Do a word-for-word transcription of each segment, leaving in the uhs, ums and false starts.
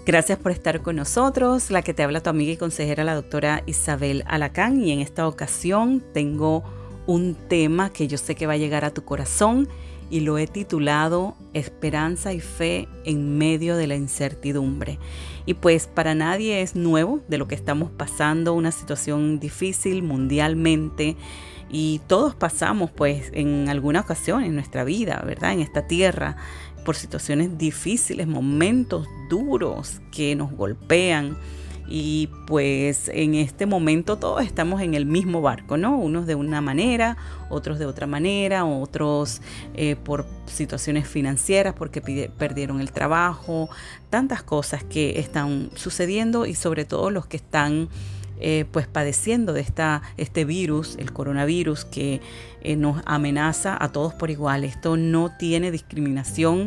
Gracias por estar con nosotros, la que te habla tu amiga y consejera, la doctora Isabel Alacán, y en esta ocasión tengo un tema que yo sé que va a llegar a tu corazón y lo he titulado Esperanza y Fe en medio de la incertidumbre. Y pues para nadie es nuevo de lo que estamos pasando, una situación difícil mundialmente, y todos pasamos pues en alguna ocasión en nuestra vida, ¿verdad? En esta tierra, por situaciones difíciles, momentos duros que nos golpean. Y pues en este momento todos estamos en el mismo barco, ¿no? Unos de una manera, otros de otra manera, otros eh, por situaciones financieras, porque pide, perdieron el trabajo, tantas cosas que están sucediendo, y sobre todo los que están Eh, pues padeciendo de esta, este virus, el coronavirus, que eh, nos amenaza a todos por igual. Esto no tiene discriminación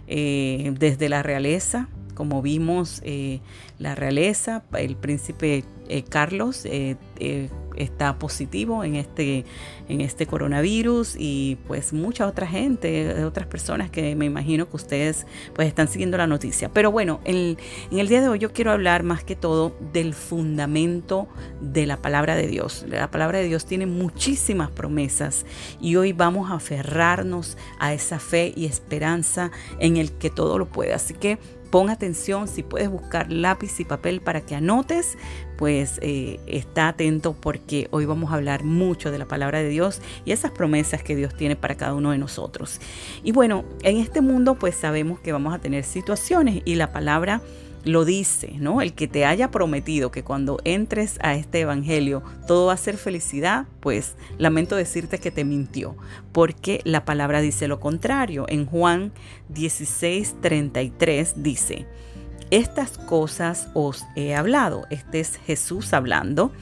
eh, desde la realeza. Como vimos, eh, la realeza, el príncipe eh, Carlos eh, eh, está positivo en este, en este coronavirus, y pues mucha otra gente, otras personas que me imagino que ustedes pues están siguiendo la noticia. Pero bueno, en, en el día de hoy yo quiero hablar más que todo del fundamento de la palabra de Dios. La palabra de Dios tiene muchísimas promesas, y hoy vamos a aferrarnos a esa fe y esperanza en el que todo lo puede. Así que pon atención, si puedes buscar lápiz y papel para que anotes, pues eh, está atento, porque hoy vamos a hablar mucho de la palabra de Dios y esas promesas que Dios tiene para cada uno de nosotros. Y bueno, en este mundo pues sabemos que vamos a tener situaciones, y la palabra lo dice, ¿no? El que te haya prometido que cuando entres a este evangelio todo va a ser felicidad, pues lamento decirte que te mintió, porque la palabra dice lo contrario. En Juan dieciséis treinta y tres dice: estas cosas os he hablado. Este es Jesús hablando,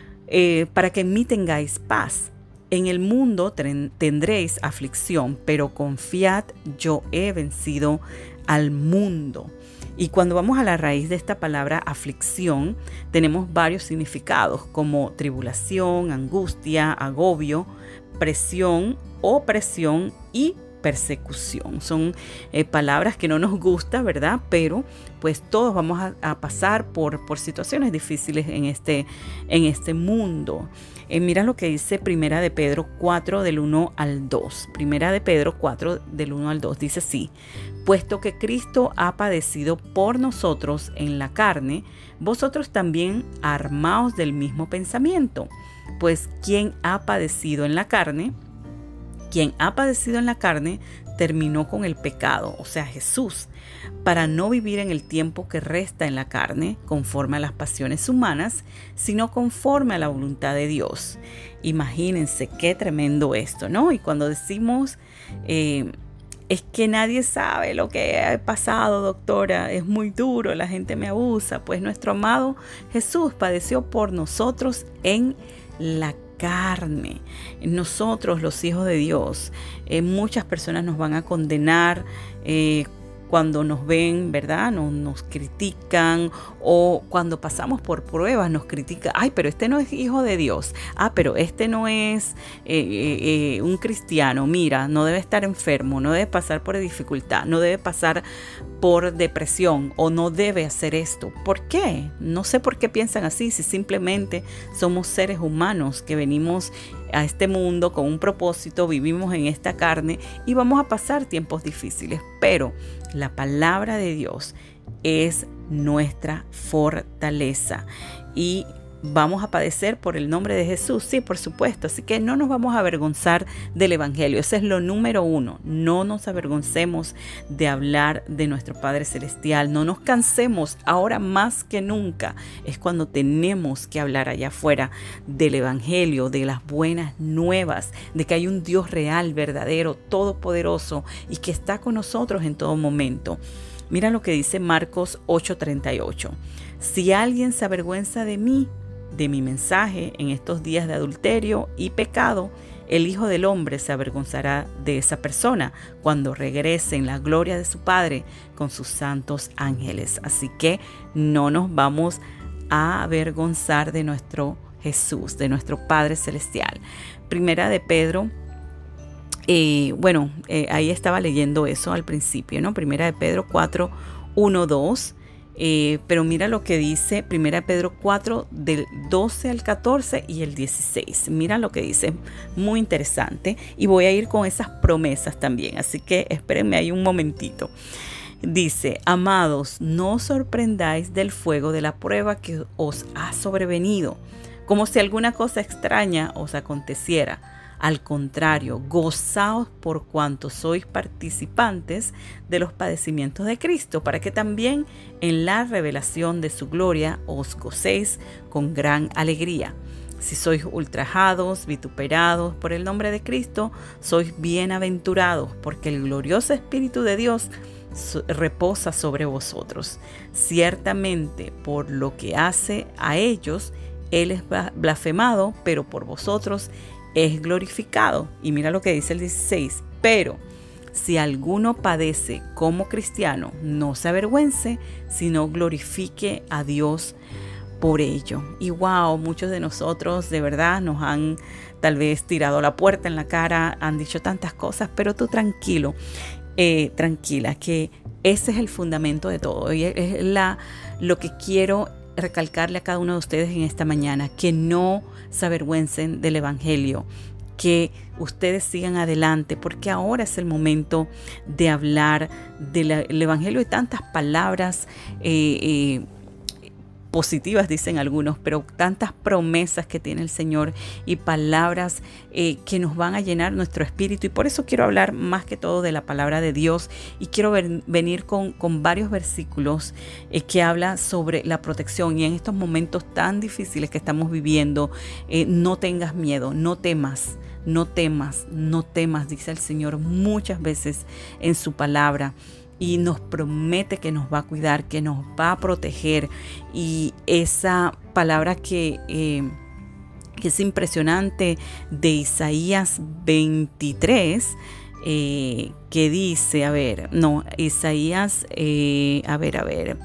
eh, para que en mí tengáis paz. En el mundo tendréis aflicción, pero confiad, yo he vencido al mundo. Y cuando vamos a la raíz de esta palabra aflicción, tenemos varios significados, como tribulación, angustia, agobio, presión, opresión y persecución. Son eh, palabras que no nos gustan, ¿verdad? Pero pues todos vamos a, a pasar por, por situaciones difíciles en este, en este mundo. Eh, mira lo que dice Primera de Pedro cuatro del uno al dos. Primera de Pedro cuatro del uno al dos dice así: puesto que Cristo ha padecido por nosotros en la carne, vosotros también armaos del mismo pensamiento. Pues quien ha padecido en la carne, quien ha padecido en la carne, terminó con el pecado, o sea, Jesús, para no vivir en el tiempo que resta en la carne, conforme a las pasiones humanas, sino conforme a la voluntad de Dios. Imagínense qué tremendo esto, ¿no? Y cuando decimos, eh, es que nadie sabe lo que ha pasado, doctora, es muy duro, la gente me abusa, pues nuestro amado Jesús padeció por nosotros en la carne. Nosotros, los hijos de Dios, eh, muchas personas nos van a condenar eh, cuando nos ven, ¿verdad? Nos, nos critican, o cuando pasamos por pruebas nos critican. Ay, pero este no es hijo de Dios. Ah, pero este no es eh, eh, un cristiano. Mira, no debe estar enfermo, no debe pasar por dificultad, no debe pasar por depresión, o no debe hacer esto. ¿Por qué? No sé por qué piensan así, si simplemente somos seres humanos que venimos a este mundo con un propósito, vivimos en esta carne y vamos a pasar tiempos difíciles, pero la palabra de Dios es nuestra fortaleza, y vamos a padecer por el nombre de Jesús, sí, por supuesto, así que no nos vamos a avergonzar del evangelio. Ese es lo número uno, no nos avergoncemos de hablar de nuestro Padre Celestial, no nos cansemos. Ahora más que nunca es cuando tenemos que hablar allá afuera del evangelio, de las buenas nuevas, de que hay un Dios real, verdadero, todopoderoso, y que está con nosotros en todo momento. Mira lo que dice Marcos ocho treinta y ocho. Si alguien se avergüenza de mí, de mi mensaje en estos días de adulterio y pecado, el Hijo del Hombre se avergonzará de esa persona cuando regrese en la gloria de su Padre con sus santos ángeles. Así que no nos vamos a avergonzar de nuestro Jesús, de nuestro Padre Celestial. Primera de Pedro, eh, bueno, eh, ahí estaba leyendo eso al principio, ¿no? Primera de Pedro cuatro, uno, dos. Eh, pero mira lo que dice primera Pedro cuatro, del doce al catorce y el dieciséis. Mira lo que dice, muy interesante. Y voy a ir con esas promesas también, así que espérenme ahí un momentito. Dice: amados, no os sorprendáis del fuego de la prueba que os ha sobrevenido, como si alguna cosa extraña os aconteciera. Al contrario, gozaos por cuanto sois participantes de los padecimientos de Cristo, para que también en la revelación de su gloria os gocéis con gran alegría. Si sois ultrajados, vituperados por el nombre de Cristo, sois bienaventurados, porque el glorioso Espíritu de Dios reposa sobre vosotros. Ciertamente, por lo que hace a ellos, Él es blasfemado, pero por vosotros es glorificado. Y mira lo que dice el dieciséis. Pero si alguno padece como cristiano, no se avergüence, sino glorifique a Dios por ello. Y wow, muchos de nosotros de verdad nos han tal vez tirado la puerta en la cara, han dicho tantas cosas, pero tú tranquilo, eh, tranquila, que ese es el fundamento de todo. Y es la, lo que quiero recalcarle a cada uno de ustedes en esta mañana, que no se avergüencen del Evangelio, que ustedes sigan adelante, porque ahora es el momento de hablar del Evangelio. Hay tantas palabras eh, eh, positivas, dicen algunos, pero tantas promesas que tiene el Señor y palabras eh, que nos van a llenar nuestro espíritu. Y por eso quiero hablar más que todo de la palabra de Dios, y quiero ver, venir con, con varios versículos eh, que habla sobre la protección. Y en estos momentos tan difíciles que estamos viviendo, eh, no tengas miedo, no temas, no temas, no temas, dice el Señor muchas veces en su palabra. Y nos promete que nos va a cuidar, que nos va a proteger. Y esa palabra que, eh, que es impresionante, de Isaías veintitrés, eh, que dice, a ver, no, Isaías, eh, a ver, a ver,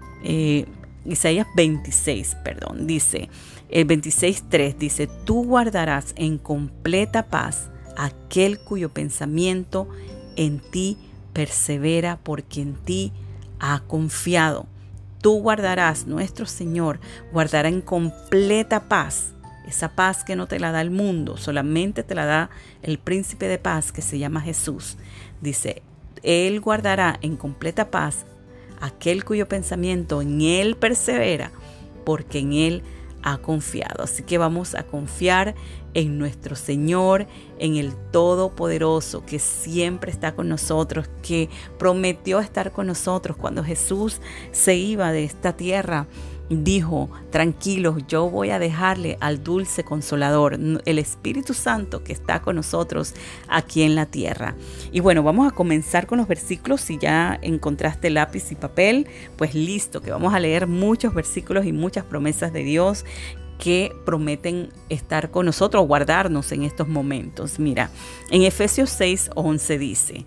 eh, Isaías veintiséis, perdón, dice, el veintiséis tres dice: tú guardarás en completa paz aquel cuyo pensamiento en ti persevera, porque en ti ha confiado. Tú guardarás, nuestro Señor guardará en completa paz, esa paz que no te la da el mundo, solamente te la da el príncipe de paz que se llama Jesús. Dice, Él guardará en completa paz aquel cuyo pensamiento en Él persevera, porque en Él ha confiado. Así que vamos a confiar en nuestro Señor, en el Todopoderoso, que siempre está con nosotros, que prometió estar con nosotros cuando Jesús se iba de esta tierra. Dijo, tranquilos, yo voy a dejarle al dulce consolador, el Espíritu Santo que está con nosotros aquí en la tierra. Y bueno, vamos a comenzar con los versículos. Si ya encontraste lápiz y papel, pues listo, que vamos a leer muchos versículos y muchas promesas de Dios que prometen estar con nosotros, guardarnos en estos momentos. Mira, en Efesios seis once dice,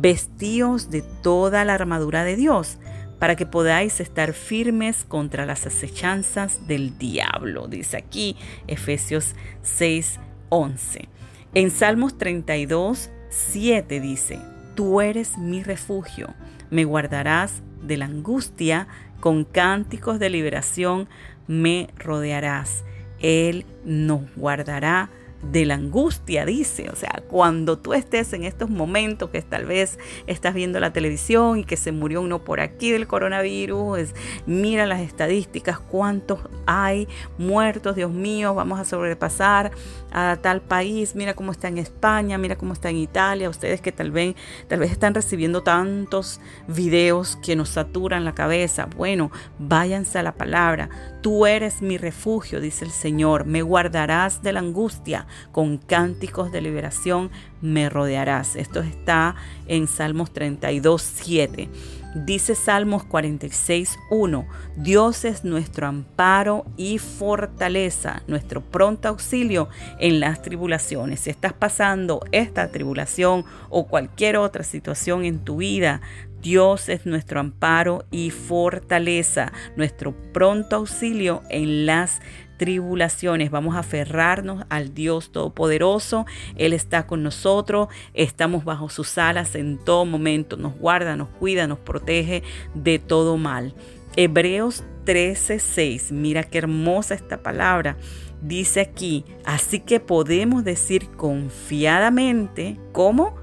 vestíos de toda la armadura de Dios, para que podáis estar firmes contra las acechanzas del diablo. Dice aquí Efesios seis once. En Salmos treinta y dos siete dice, tú eres mi refugio, me guardarás de la angustia, con cánticos de liberación me rodearás. Él nos guardará de la angustia, dice. O sea, cuando tú estés en estos momentos que tal vez estás viendo la televisión y que se murió uno por aquí del coronavirus, es, mira las estadísticas, cuántos hay muertos, Dios mío, vamos a sobrepasar a tal país, mira cómo está en España, mira cómo está en Italia. Ustedes que tal vez, tal vez están recibiendo tantos videos que nos saturan la cabeza, bueno, váyanse a la palabra. Tú eres mi refugio, dice el Señor, me guardarás de la angustia, con cánticos de liberación me rodearás. Esto está en Salmos treinta y dos siete. Dice Salmos cuarenta y seis uno, Dios es nuestro amparo y fortaleza, nuestro pronto auxilio en las tribulaciones. Si estás pasando esta tribulación o cualquier otra situación en tu vida, Dios es nuestro amparo y fortaleza, nuestro pronto auxilio en las tribulaciones. Vamos a aferrarnos al Dios Todopoderoso. Él está con nosotros, estamos bajo sus alas en todo momento. Nos guarda, nos cuida, nos protege de todo mal. Hebreos trece seis, mira qué hermosa esta palabra. Dice aquí, así que podemos decir confiadamente, ¿cómo?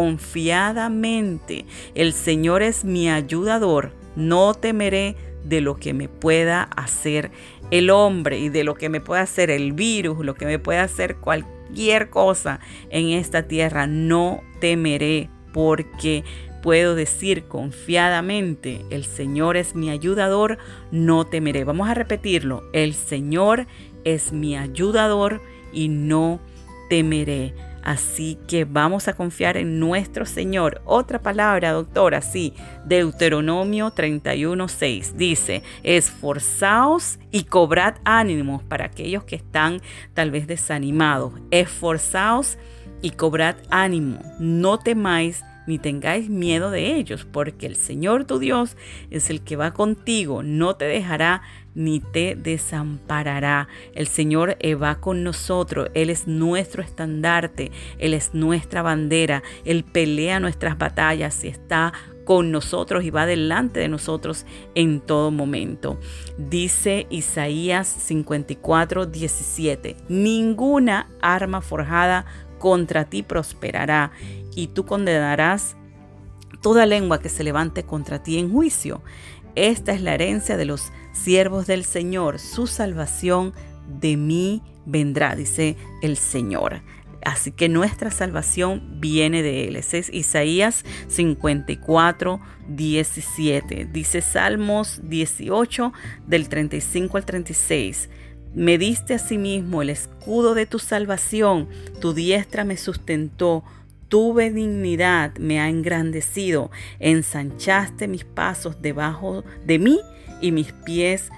Confiadamente, el Señor es mi ayudador, no temeré de lo que me pueda hacer el hombre y de lo que me pueda hacer el virus, lo que me pueda hacer cualquier cosa en esta tierra. No temeré porque puedo decir confiadamente, el Señor es mi ayudador, no temeré. Vamos a repetirlo, el Señor es mi ayudador y no temeré. Así que vamos a confiar en nuestro Señor. Otra palabra, doctora, sí, Deuteronomio treinta y uno seis dice, esforzaos y cobrad ánimos para aquellos que están tal vez desanimados. Esforzaos y cobrad ánimo, no temáis ni tengáis miedo de ellos, porque el Señor tu Dios es el que va contigo, no te dejará ni te desamparará. El Señor va con nosotros, Él es nuestro estandarte, Él es nuestra bandera, Él pelea nuestras batallas y está con nosotros y va delante de nosotros en todo momento. Dice Isaías cincuenta y cuatro diecisiete, ninguna arma forjada contra ti prosperará, y tú condenarás toda lengua que se levante contra ti en juicio. Esta es la herencia de los siervos del Señor, su salvación de mí vendrá, dice el Señor. Así que nuestra salvación viene de Él. Ese es Isaías cincuenta y cuatro diecisiete. Dice Salmos dieciocho del treinta y cinco al treinta y seis. Me diste asimismo el escudo de tu salvación, tu diestra me sustentó, tu benignidad me ha engrandecido, ensanchaste mis pasos debajo de mí y mis pies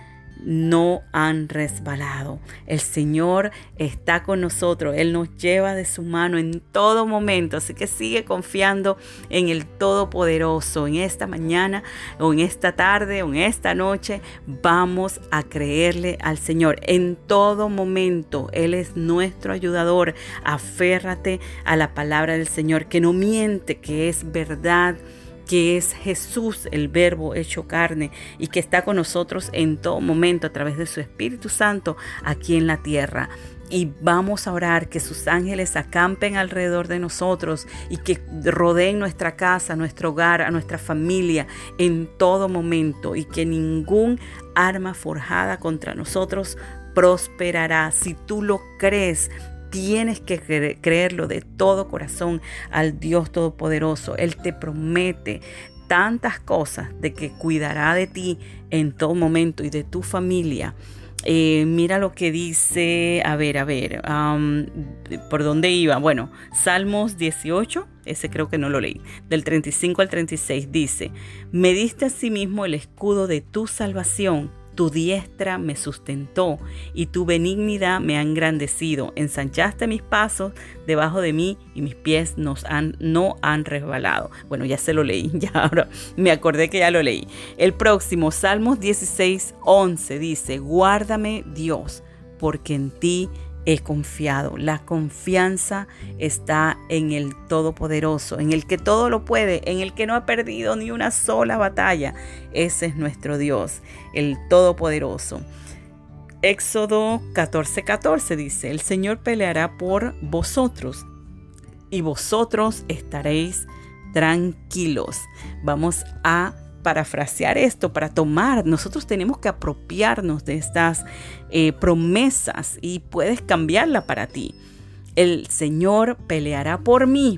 no han resbalado. El Señor está con nosotros, Él nos lleva de su mano en todo momento, así que sigue confiando en el Todopoderoso. En esta mañana o en esta tarde o en esta noche vamos a creerle al Señor en todo momento. Él es nuestro ayudador. Aférrate a la palabra del Señor, que no miente, que es verdad, que es Jesús, el Verbo hecho carne, y que está con nosotros en todo momento a través de su Espíritu Santo aquí en la tierra. Y vamos a orar que sus ángeles acampen alrededor de nosotros y que rodeen nuestra casa, nuestro hogar, a nuestra familia en todo momento, y que ningún arma forjada contra nosotros prosperará. Si tú lo crees, tienes que cre- creerlo de todo corazón al Dios Todopoderoso. Él te promete tantas cosas de que cuidará de ti en todo momento y de tu familia. Eh, mira lo que dice, a ver, a ver, um, ¿por dónde iba? Bueno, Salmos dieciocho, ese creo que no lo leí, del treinta y cinco al treinta y seis dice, me diste asimismo el escudo de tu salvación, tu diestra me sustentó y tu benignidad me ha engrandecido. Ensanchaste mis pasos debajo de mí y mis pies nos han, no han resbalado. Bueno, ya se lo leí, ya ahora me acordé que ya lo leí. El próximo, Salmos dieciséis once dice, guárdame Dios, porque en ti he confiado. La confianza está en el Todopoderoso, en el que todo lo puede, en el que no ha perdido ni una sola batalla. Ese es nuestro Dios, el Todopoderoso. Éxodo catorce catorce dice, el Señor peleará por vosotros y vosotros estaréis tranquilos. Vamos a parafrasear esto, para tomar, nosotros tenemos que apropiarnos de estas eh, promesas y puedes cambiarla para ti. El Señor peleará por mí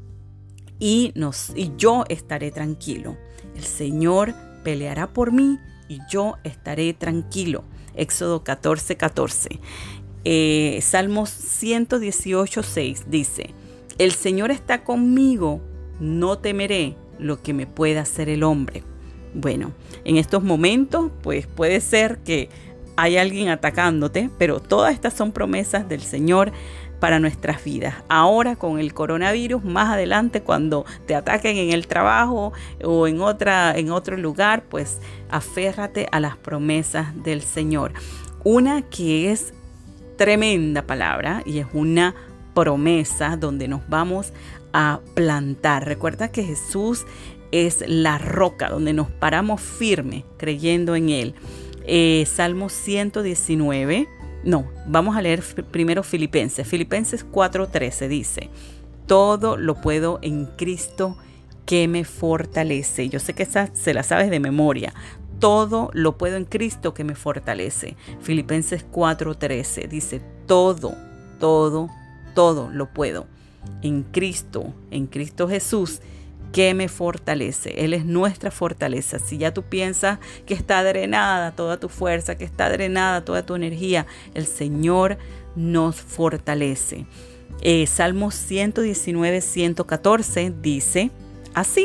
y, nos, y yo estaré tranquilo. El Señor peleará por mí y yo estaré tranquilo. Éxodo catorce catorce. Eh, Salmos ciento dieciocho seis dice, el Señor está conmigo, no temeré lo que me pueda hacer el hombre. Bueno, en estos momentos, pues puede ser que hay alguien atacándote, pero todas estas son promesas del Señor para nuestras vidas. Ahora con el coronavirus, más adelante cuando te ataquen en el trabajo o en, otra, en otro lugar, pues aférrate a las promesas del Señor. Una que es tremenda palabra y es una promesa donde nos vamos a plantar. Recuerda que Jesús es la roca donde nos paramos firme creyendo en Él. Eh, Salmo ciento diecinueve, no, vamos a leer primero Filipenses. Filipenses cuatro trece dice: todo lo puedo en Cristo que me fortalece. Yo sé que esa se la sabes de memoria. Todo lo puedo en Cristo que me fortalece. Filipenses cuatro trece dice: todo, todo, todo lo puedo en Cristo, en Cristo Jesús, que me fortalece. Él es nuestra fortaleza. Si ya tú piensas que está drenada toda tu fuerza, que está drenada toda tu energía, el Señor nos fortalece. Eh, Salmos ciento diecinueve, ciento catorce dice así: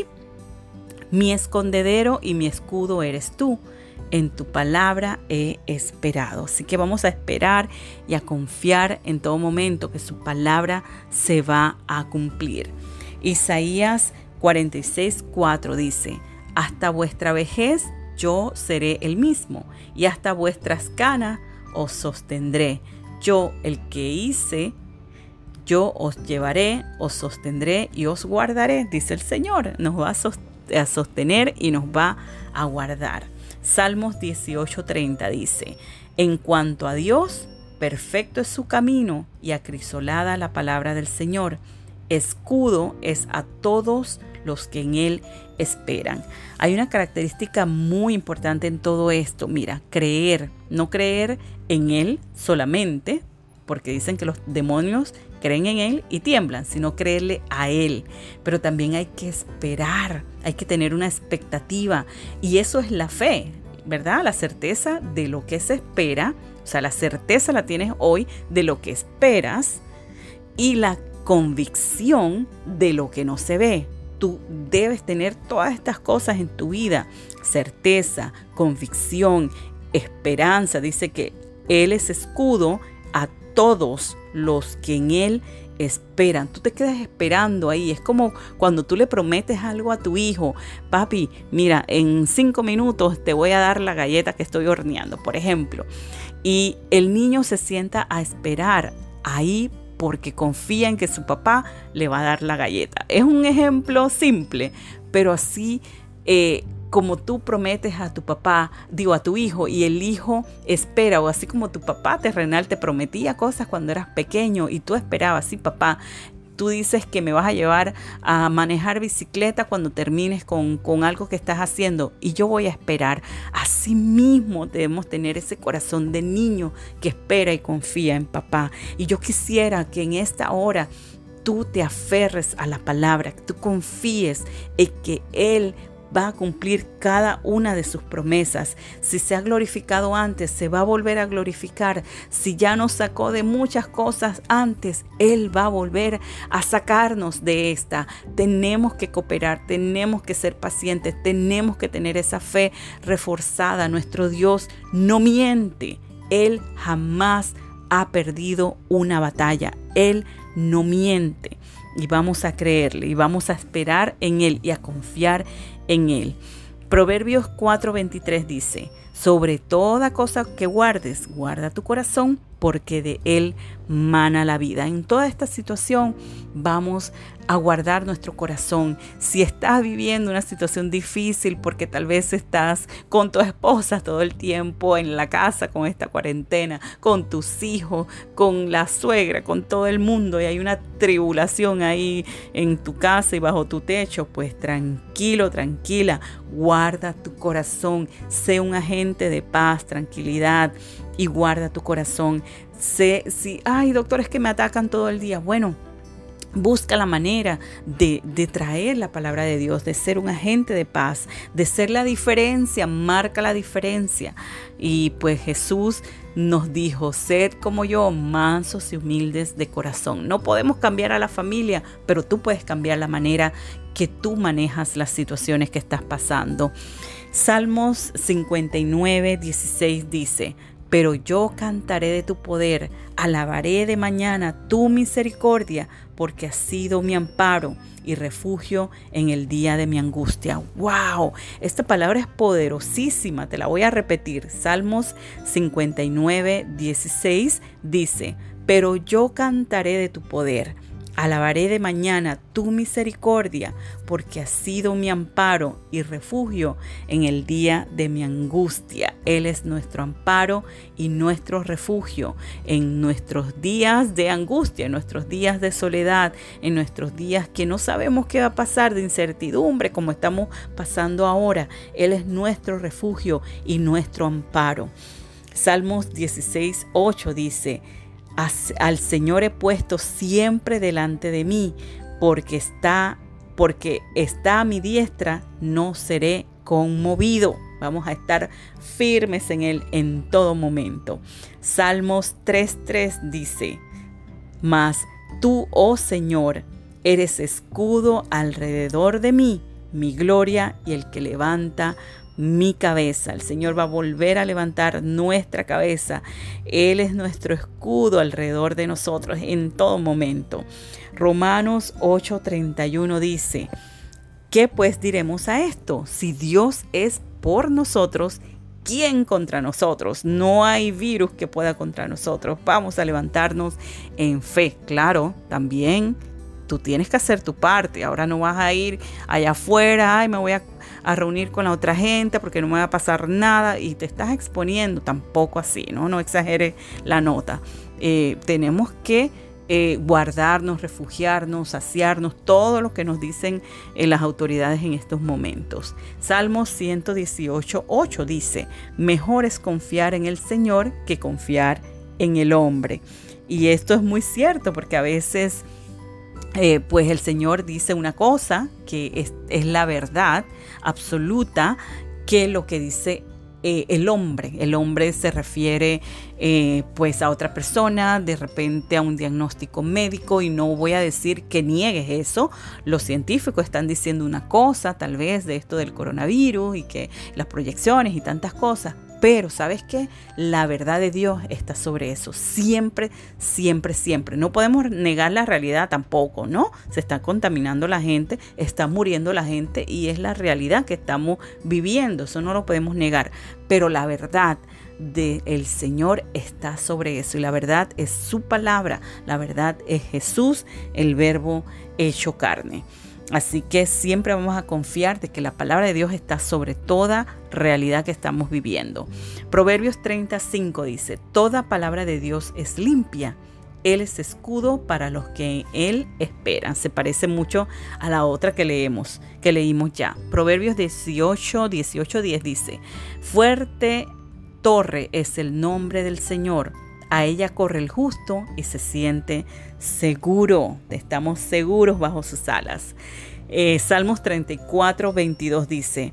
mi escondedero y mi escudo eres tú. En tu palabra he esperado. Así que vamos a esperar y a confiar en todo momento que su palabra se va a cumplir. Isaías cuarenta y seis, cuatro dice: hasta vuestra vejez yo seré el mismo, y hasta vuestras canas os sostendré. Yo, el que hice, yo os llevaré, os sostendré y os guardaré, dice el Señor. Nos va a sostener y nos va a guardar. Salmos dieciocho, treinta dice: en cuanto a Dios, perfecto es su camino y acrisolada la palabra del Señor. Escudo es a todos los que en Él esperan. Hay una característica muy importante en todo esto. Mira, creer, no creer en Él solamente, porque dicen que los demonios creen en Él y tiemblan, sino creerle a Él. Pero también hay que esperar, hay que tener una expectativa, y eso es la fe, ¿verdad? La certeza de lo que se espera, o sea, la certeza la tienes hoy de lo que esperas, y la convicción de lo que no se ve. Tú debes tener todas estas cosas en tu vida: certeza, convicción, esperanza. Dice que Él es escudo a todos los que en Él esperan. Tú te quedas esperando ahí. Es como cuando tú le prometes algo a tu hijo: papi, mira, en cinco minutos te voy a dar la galleta que estoy horneando, por ejemplo. Y el niño se sienta a esperar ahí porque confía en que su papá le va a dar la galleta. Es un ejemplo simple, pero así eh, como tú prometes a tu papá, digo a tu hijo, y el hijo espera, o así como tu papá terrenal te prometía cosas cuando eras pequeño y tú esperabas: sí, papá, tú dices que me vas a llevar a manejar bicicleta cuando termines con, con algo que estás haciendo, y yo voy a esperar. Así mismo debemos tener ese corazón de niño que espera y confía en papá. Y yo quisiera que en esta hora tú te aferres a la palabra, que tú confíes en que Él va a cumplir cada una de sus promesas. Si se ha glorificado antes, se va a volver a glorificar. Si ya nos sacó de muchas cosas antes, Él va a volver a sacarnos de esta. Tenemos que cooperar, tenemos que ser pacientes, tenemos que tener esa fe reforzada. Nuestro Dios no miente. Él jamás ha perdido una batalla. Él no miente. Y vamos a creerle, y vamos a esperar en Él y a confiar en Él. Proverbios cuatro veintitrés dice: sobre toda cosa que guardes, guarda tu corazón, porque de él mana la vida. En toda esta situación vamos a guardar nuestro corazón. Si estás viviendo una situación difícil porque tal vez estás con tu esposa todo el tiempo en la casa con esta cuarentena, con tus hijos, con la suegra, con todo el mundo, y hay una tribulación ahí en tu casa y bajo tu techo, pues tranquilo, tranquila, guarda tu corazón, sé un agente de paz, tranquilidad, y guarda tu corazón. Sé, si, ay doctor, es que me atacan todo el día. Bueno, busca la manera de, de traer la palabra de Dios, de ser un agente de paz, de ser la diferencia, marca la diferencia. Y pues Jesús nos dijo: sed como yo, mansos y humildes de corazón. No podemos cambiar a la familia, pero tú puedes cambiar la manera que tú manejas las situaciones que estás pasando. Salmos cincuenta y nueve, dieciséis dice: pero yo cantaré de tu poder, alabaré de mañana tu misericordia, porque has sido mi amparo y refugio en el día de mi angustia. ¡Wow! Esta palabra es poderosísima, te la voy a repetir. Salmos cincuenta y nueve, dieciséis dice: pero yo cantaré de tu poder, Alabaré de mañana tu misericordia, porque has sido mi amparo y refugio en el día de mi angustia. Él es nuestro amparo y nuestro refugio en nuestros días de angustia, en nuestros días de soledad, en nuestros días que no sabemos qué va a pasar, de incertidumbre, como estamos pasando ahora. Él es nuestro refugio y nuestro amparo. Salmos dieciséis, ocho dice: al Señor he puesto siempre delante de mí, porque está, porque está a mi diestra, no seré conmovido. Vamos a estar firmes en Él en todo momento. Salmos tres, tres dice: mas tú, oh Señor, eres escudo alrededor de mí, mi gloria y el que levanta mi cabeza. El Señor va a volver a levantar nuestra cabeza. Él es nuestro escudo alrededor de nosotros en todo momento. Romanos ocho, treinta y uno dice: ¿qué pues diremos a esto? Si Dios es por nosotros, ¿quién contra nosotros? No hay virus que pueda contra nosotros. Vamos a levantarnos en fe. Claro, también tú tienes que hacer tu parte. Ahora no vas a ir allá afuera, ay, me voy a, a reunir con la otra gente porque no me va a pasar nada y te estás exponiendo. Tampoco así, ¿no? No exageres la nota. Eh, tenemos que eh, guardarnos, refugiarnos, saciarnos, todo lo que nos dicen eh, las autoridades en estos momentos. Salmos ciento dieciocho, ocho dice: mejor es confiar en el Señor que confiar en el hombre. Y esto es muy cierto, porque a veces Eh, pues el Señor dice una cosa que es, es la verdad absoluta, que lo que dice eh, el hombre. El hombre se refiere eh, pues a otra persona, de repente a un diagnóstico médico, y no voy a decir que niegues eso. Los científicos están diciendo una cosa, tal vez, de esto del coronavirus y que las proyecciones y tantas cosas. Pero ¿sabes qué? La verdad de Dios está sobre eso. Siempre, siempre, siempre. No podemos negar la realidad tampoco, ¿no? Se está contaminando la gente, está muriendo la gente y es la realidad que estamos viviendo. Eso no lo podemos negar. Pero la verdad del Señor está sobre eso. Y la verdad es su palabra. La verdad es Jesús, el Verbo hecho carne. Así que siempre vamos a confiar de que la palabra de Dios está sobre toda realidad que estamos viviendo. Proverbios treinta, cinco dice: toda palabra de Dios es limpia. Él es escudo para los que en Él esperan. Se parece mucho a la otra que leemos, que leímos ya. Proverbios dieciocho, dieciocho, diez dice: fuerte torre es el nombre del Señor. A ella corre el justo y se siente seguro. Estamos seguros bajo sus alas. Eh, Salmos treinta y cuatro, veintidós dice: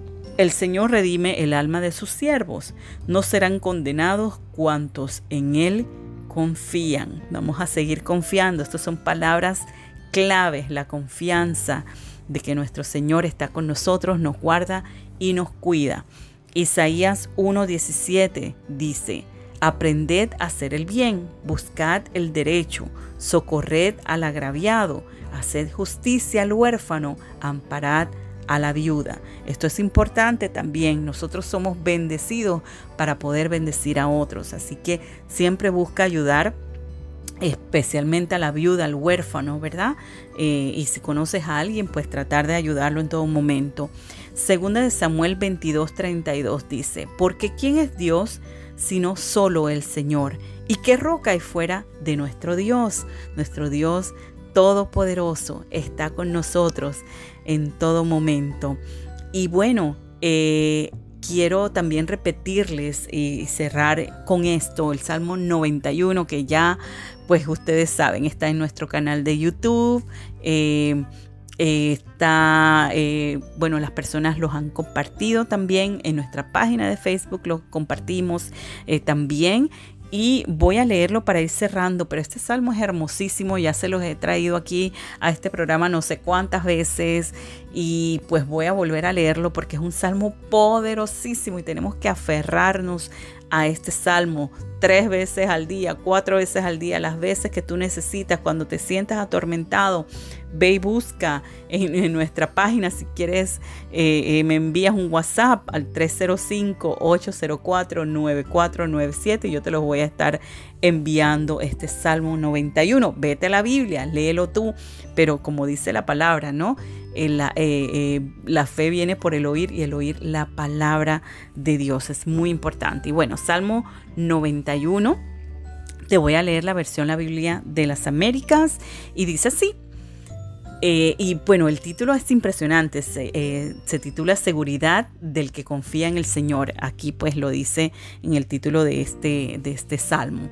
el Señor redime el alma de sus siervos. No serán condenados cuantos en Él confían. Vamos a seguir confiando. Estas son palabras claves. La confianza de que nuestro Señor está con nosotros, nos guarda y nos cuida. Isaías uno, diecisiete dice: aprended a hacer el bien, buscad el derecho, socorred al agraviado, haced justicia al huérfano, amparad a la viuda. Esto es importante también. Nosotros somos bendecidos para poder bendecir a otros. Así que siempre busca ayudar, especialmente a la viuda, al huérfano, ¿verdad? Eh, y si conoces a alguien, pues tratar de ayudarlo en todo momento. Segunda de Samuel veintidós, treinta y dos dice: porque ¿quién es Dios sino solo el Señor? ¿Y qué roca hay fuera de nuestro Dios? Nuestro Dios todopoderoso está con nosotros en todo momento. Y bueno, eh, quiero también repetirles y cerrar con esto el Salmo noventa y uno, que ya pues ustedes saben, está en nuestro canal de YouTube. Eh, Eh, está, eh, bueno, las personas los han compartido también en nuestra página de Facebook, lo compartimos eh, también. Y voy a leerlo para ir cerrando, pero este salmo es hermosísimo, ya se los he traído aquí a este programa no sé cuántas veces y pues voy a volver a leerlo porque es un salmo poderosísimo y tenemos que aferrarnos a este salmo tres veces al día, cuatro veces al día, las veces que tú necesitas, cuando te sientas atormentado. ve y busca en, en nuestra página. Si quieres, eh, eh, me envías un WhatsApp al tres cero cinco, ocho cero cuatro, nueve cuatro nueve siete y yo te los voy a estar enviando este Salmo noventa y uno. Vete a la Biblia, léelo tú, pero como dice la palabra, ¿no? Eh, la, eh, eh, la fe viene por el oír y el oír la palabra de Dios. Es muy importante. Y bueno, Salmo noventa y uno, te voy a leer la versión La Biblia de las Américas y dice así. Eh, y bueno, el título es impresionante, se, eh, se titula Seguridad del que confía en el Señor. Aquí pues lo dice en el título de este, de este salmo.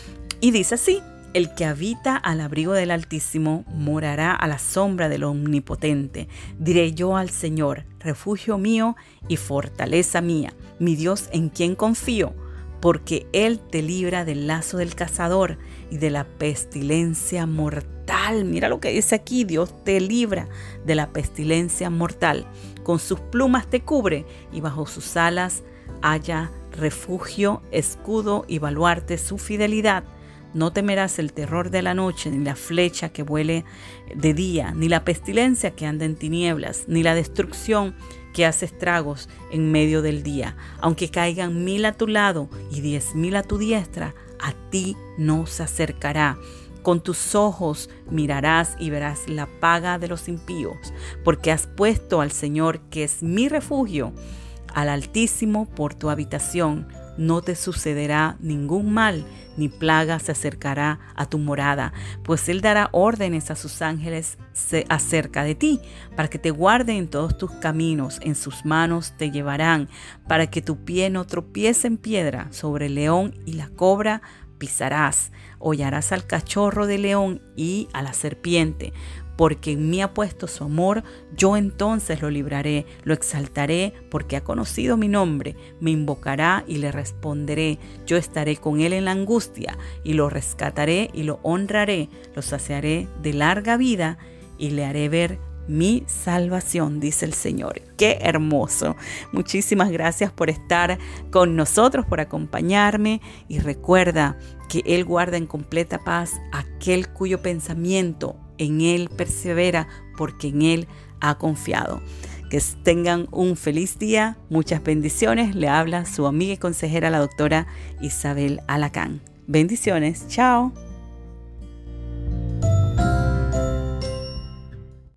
Y dice así: el que habita al abrigo del Altísimo morará a la sombra del Omnipotente. Diré yo al Señor, refugio mío y fortaleza mía, mi Dios en quien confío, porque Él te libra del lazo del cazador y de la pestilencia mortal. Mira lo que dice aquí, Dios te libra de la pestilencia mortal. Con sus plumas te cubre y bajo sus alas haya refugio, escudo y baluarte su fidelidad. No temerás el terror de la noche, ni la flecha que vuele de día, ni la pestilencia que anda en tinieblas, ni la destrucción que hace estragos en medio del día. Aunque caigan mil a tu lado y diez mil a tu diestra, a ti no se acercará. Con tus ojos mirarás y verás la paga de los impíos, porque has puesto al Señor, que es mi refugio, al Altísimo por tu habitación. No te sucederá ningún mal, ni plaga se acercará a tu morada, pues Él dará órdenes a sus ángeles acerca de ti, para que te guarden en todos tus caminos. En sus manos te llevarán, para que tu pie no tropiece en piedra. Sobre el león y la cobra pisarás, hollarás al cachorro de león y a la serpiente. Porque en mí ha puesto su amor, yo entonces lo libraré, lo exaltaré, porque ha conocido mi nombre. Me invocará y le responderé. Yo estaré con él en la angustia y lo rescataré y lo honraré. Lo saciaré de larga vida y le haré ver mi salvación, dice el Señor. ¡Qué hermoso! Muchísimas gracias por estar con nosotros, por acompañarme, y recuerda que Él guarda en completa paz aquel cuyo pensamiento en Él persevera, porque en Él ha confiado. Que tengan un feliz día, muchas bendiciones. Le habla su amiga y consejera, la doctora Isabel Alacán. Bendiciones, chao.